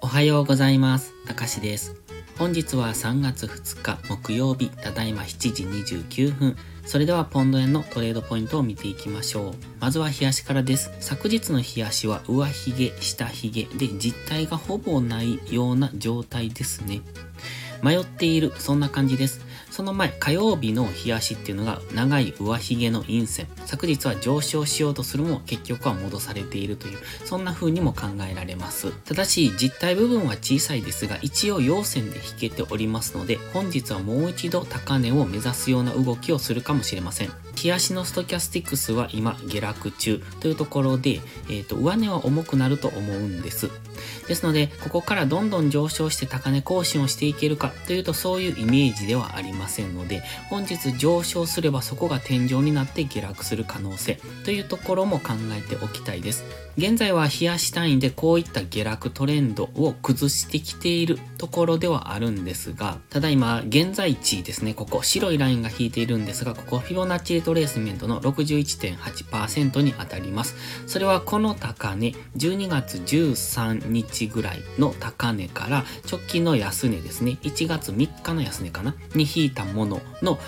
はようございます。たかしです。本日は3月2日木曜日、ただいま7時29分。それではポンド円のトレードポイントを見ていきましょう。まずは日足からです。昨日の日足は上髭、下髭で実体がほぼないような状態ですね。迷っている、そんな感じです。その前、火曜日の日足っていうのが長い上髭の陰線。昨日は上昇しようとするも結局は戻されているという、そんな風にも考えられます。ただし、実体部分は小さいですが、一応陽線で引けておりますので、本日はもう一度高値を目指すような動きをするかもしれません。日足のストキャスティクスは今下落中というところで、上値は重くなると思うんです。ですので、ここからどんどん上昇して高値更新をしていけるかというとそういうイメージではありませんので、本日上昇すればそこが天井になって下落する可能性というところも考えておきたいです。現在は日足単位でこういった下落トレンドを崩してきているところではあるんですが、ただ今現在地ですね、ここ白いラインが引いているんですが、ここフィボナッチリトレースメントの 61.8% に当たります。それはこの高値、12月13日ぐらいの高値から直近の安値ですね、1月3日の安値かなに引いたものの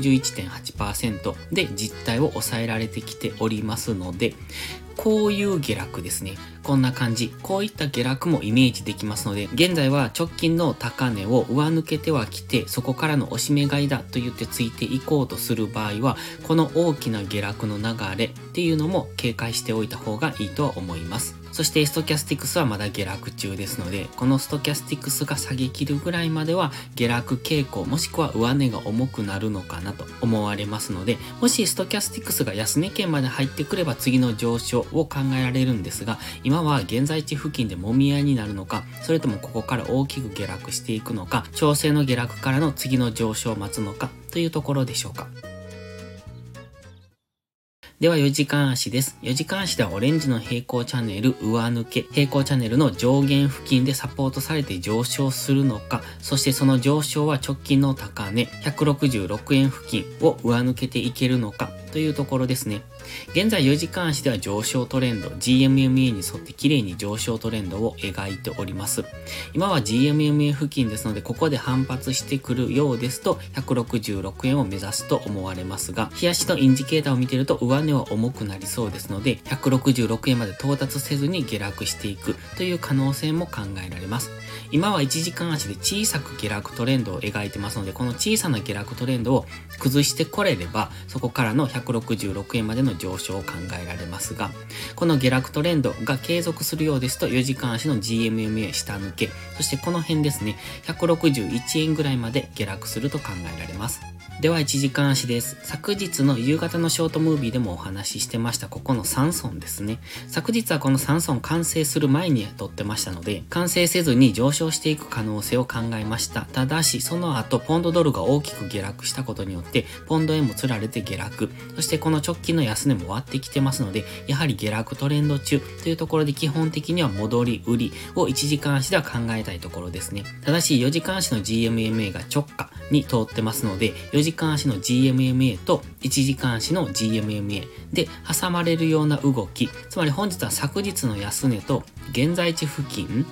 61.8% で実態を抑えられてきておりますので、こういう下落ですね。こんな感じ。こういった下落もイメージできますので、現在は直近の高値を上抜けてはきて、そこからの押し目買いだと言ってついていこうとする場合は、この大きな下落の流れっていうのも警戒しておいた方がいいとは思います。そしてストキャスティクスはまだ下落中ですので、このストキャスティクスが下げ切るぐらいまでは下落傾向もしくは上値が重くなるのかなと思われますので、もしストキャスティクスが安値圏まで入ってくれば次の上昇を考えられるんですが、今は現在地付近でもみ合いになるのか、それともここから大きく下落していくのか、調整の下落からの次の上昇を待つのかというところでしょうか。では4時間足です。4時間足ではオレンジの平行チャンネル上抜け、平行チャンネルの上限付近でサポートされて上昇するのか、そしてその上昇は直近の高値166円付近を上抜けていけるのかというところですね。現在4時間足では上昇トレンド、GMMA に沿って綺麗に上昇トレンドを描いております。今は GMMA 付近ですので、ここで反発してくるようですと、166円を目指すと思われますが、日足のインジケーターを見ていると上値は重くなりそうですので、166円まで到達せずに下落していくという可能性も考えられます。今は1時間足で小さく下落トレンドを描いてますので、この小さな下落トレンドを崩してこれれば、そこからの166円までの上昇を考えられますが、この下落トレンドが継続するようですと、4時間足の GMMA 下抜け、そしてこの辺ですね、161円ぐらいまで下落すると考えられます。では1時間足です。昨日の夕方のショートムービーでもお話ししてましたここの3損ですね。昨日はこの3損完成する前に撮ってましたので、完成せずに上昇していく可能性を考えました。ただしその後ポンドドルが大きく下落したことによってポンド円もつられて下落、そしてこの直近の安値も割ってきてますので、やはり下落トレンド中というところで基本的には戻り売りを1時間足では考えたいところですね。ただし4時間足の GMMA が直下に通ってますので、4時間足の GMMA と1時間足の GMMA で挟まれるような動き、つまり本日は昨日の安値と現在地付近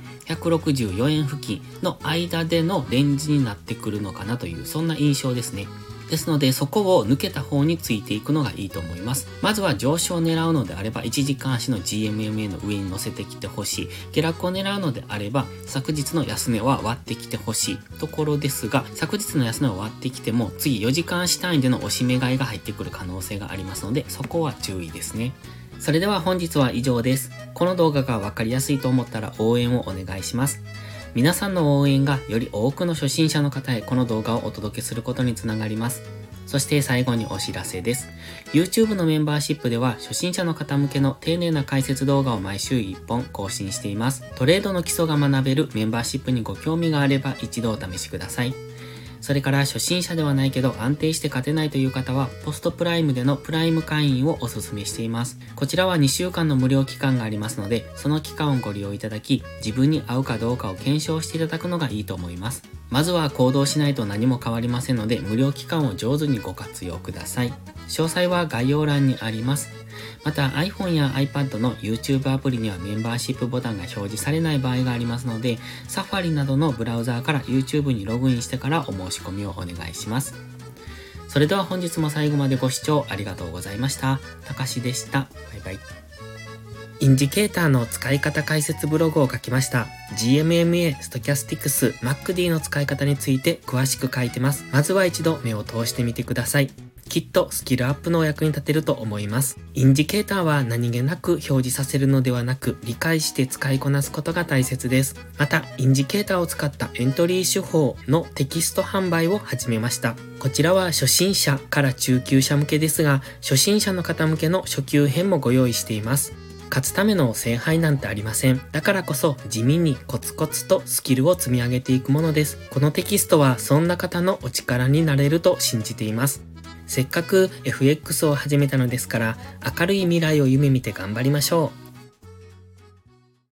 164円付近の間でのレンジになってくるのかなという、そんな印象ですね。ですのでそこを抜けた方についていくのがいいと思います。まずは上昇を狙うのであれば1時間足の GMMA の上に乗せてきてほしい。下落を狙うのであれば昨日の安値は割ってきてほしいところですが、昨日の安値を割ってきても次4時間足単位での押し目買いが入ってくる可能性がありますので、そこは注意ですね。それでは本日は以上です。この動画がわかりやすいと思ったら応援をお願いします。皆さんの応援がより多くの初心者の方へこの動画をお届けすることにつながります。そして最後にお知らせです。YouTube のメンバーシップでは初心者の方向けの丁寧な解説動画を毎週1本更新しています。トレードの基礎が学べるメンバーシップにご興味があれば一度お試しください。それから初心者ではないけど安定して勝てないという方はポストプライムでのプライム会員をお勧めしています。こちらは2週間の無料期間がありますので、その期間をご利用いただき、自分に合うかどうかを検証していただくのがいいと思います。まずは行動しないと何も変わりませんので、無料期間を上手にご活用ください。詳細は概要欄にあります。 また iPhone や iPad の YouTube アプリにはメンバーシップボタンが表示されない場合がありますので、Safari などのブラウザーから YouTube にログインしてからお申し込みをお願いします。それでは本日も最後までご視聴ありがとうございました。たかしでした。バイバイ。インジケーターの使い方解説ブログを書きました。GMMA、Stochastics、MACD の使い方について詳しく書いてます。まずは一度目を通してみてください。きっとスキルアップのお役に立てると思います。インジケーターは何気なく表示させるのではなく、理解して使いこなすことが大切です。また、インジケーターを使ったエントリー手法のテキスト販売を始めました。こちらは初心者から中級者向けですが、初心者の方向けの初級編もご用意しています。勝つための聖杯なんてありません。だからこそ地味にコツコツとスキルを積み上げていくものです。このテキストはそんな方のお力になれると信じています。せっかく FX を始めたのですから、明るい未来を夢見て頑張りましょう。